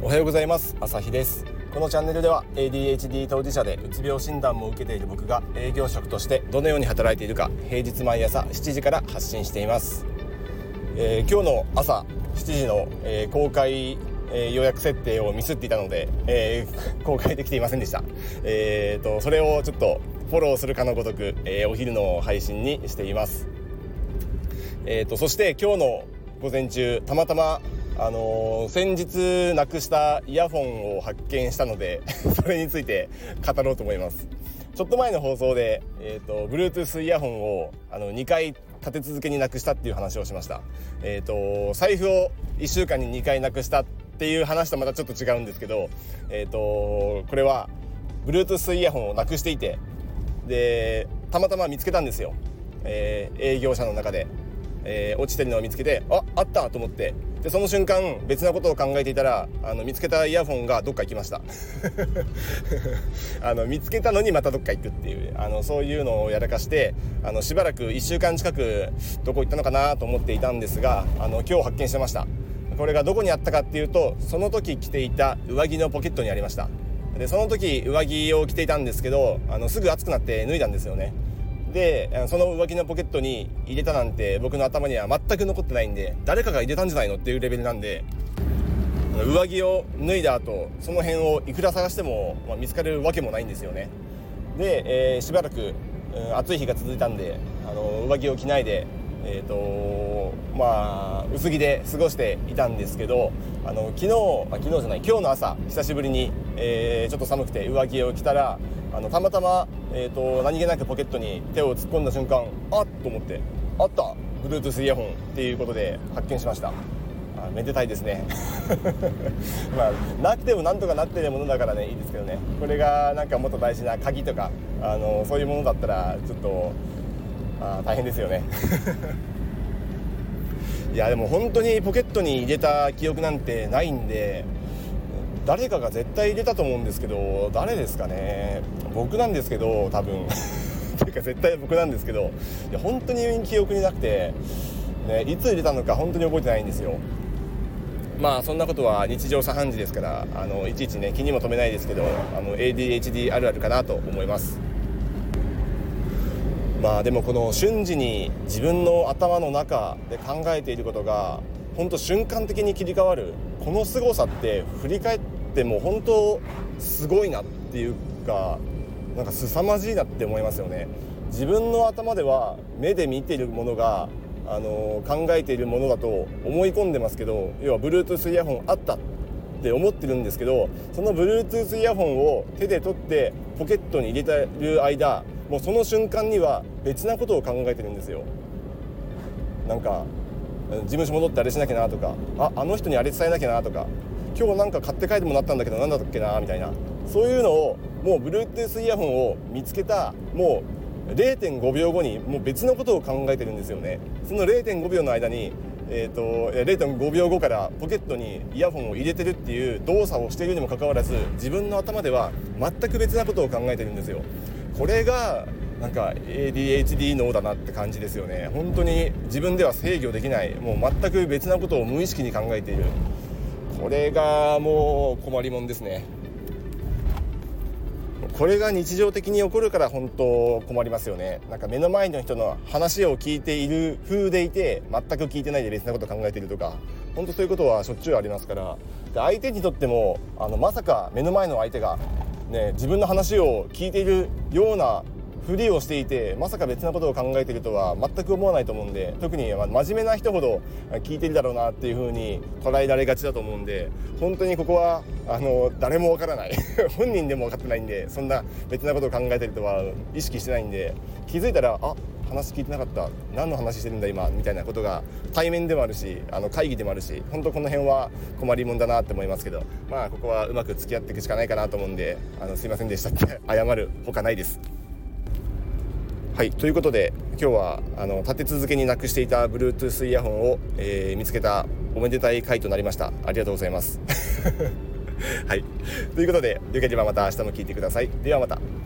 おはようございます。朝日です。このチャンネルでは ADHD 当事者でうつ病診断も受けている僕が営業職としてどのように働いているか平日毎朝7時から発信しています。今日の朝7時の、公開予約設定をミスっていたので、公開できていませんでした。それをちょっとフォローするかのごとく、お昼の配信にしています。そして今日の午前中たまたま先日なくしたイヤホンを発見したのでそれについて語ろうと思います。ちょっと前の放送で、Bluetooth イヤホンを2回立て続けになくしたっていう話をしました。財布を1週間に2回なくしたっていう話とまたちょっと違うんですけど、これは Bluetooth イヤホンをなくしていて、でたまたま見つけたんですよ。営業者の中で、落ちてるのを見つけてあったと思って、でその瞬間別なことを考えていたら見つけたイヤホンがどっか行きました見つけたのにまたどっか行くっていうそういうのをやらかして、しばらく1週間近くどこ行ったのかなと思っていたんですが、今日発見してました。これがどこにあったかっていうと、その時着ていた上着のポケットにありました。でその時上着を着ていたんですけど、すぐ暑くなって脱いだんですよね。でその上着のポケットに入れたなんて僕の頭には全く残ってないんで、誰かが入れたんじゃないのっていうレベルなんで、上着を脱いだ後その辺をいくら探しても、見つかるわけもないんですよね。で、しばらく、暑い日が続いたんで上着を着ないで薄着で過ごしていたんですけど、昨日じゃない今日の朝久しぶりに、ちょっと寒くて上着を着たらたまたま、何気なくポケットに手を突っ込んだ瞬間と思って、あった Bluetooth イヤホンっていうことで発見しました。めでたいですねなくてもなんとかなってるものだからね、いいですけどね。これがなんかもっと大事な鍵とかそういうものだったらちょっと大変ですよねいやでも本当にポケットに入れた記憶なんてないんで、誰かが絶対入れたと思うんですけど、誰ですかね。僕なんですけど多分ていうか絶対僕なんですけど、いや本当に記憶になくて、ね、いつ入れたのか本当に覚えてないんですよ。そんなことは日常茶飯事ですから、いちいちね気にも留めないですけど、ADHD あるあるかなと思います。でもこの瞬時に自分の頭の中で考えていることが本当瞬間的に切り替わる、この凄さって振り返っても本当すごいなっていうか、なんか凄まじいなって思いますよね。自分の頭では目で見ているものが考えているものだと思い込んでますけど、要は Bluetooth イヤホンあったって思ってるんですけど、その Bluetooth イヤホンを手で取ってポケットに入れている間、もうその瞬間には別なことを考えてるんですよ。なんか事務所戻ってあれしなきゃなとか、あの人にあれ伝えなきゃなとか、今日なんか買って帰ってもらったんだけどなんだったっけなみたいな、そういうのをもう Bluetooth イヤホンを見つけたもう 0.5 秒後にもう別のことを考えてるんですよね。その 0.5 秒の間に、0.5 秒後からポケットにイヤホンを入れてるっていう動作をしているにもかかわらず、自分の頭では全く別なことを考えてるんですよ。これがなんか ADHD 脳だなって感じですよね。本当に自分では制御できない、もう全く別なことを無意識に考えている。これがもう困りもんですね。これが日常的に起こるから本当困りますよね。なんか目の前の人の話を聞いている風でいて全く聞いてないで別なことを考えているとか、本当そういうことはしょっちゅうありますから。で相手にとってもまさか目の前の相手が自分の話を聞いているようなふりをしていて、まさか別なことを考えているとは全く思わないと思うんで、特に真面目な人ほど聞いてるだろうなっていう風に捉えられがちだと思うんで、本当にここは誰もわからない本人でも分かってないんで、そんな別なことを考えてるとは意識してないんで、気づいたら話聞いてなかった、何の話してるんだ今みたいなことが対面でもあるし会議でもあるし、本当この辺は困りもんだなって思いますけど、ここはうまく付き合っていくしかないかなと思うんで、すいませんでしたって謝るほかないです。はい、ということで今日は立て続けになくしていた Bluetooth イヤホンを、見つけたおめでたい回となりました。ありがとうございますはい、ということでよければまた明日も聞いてください。ではまた。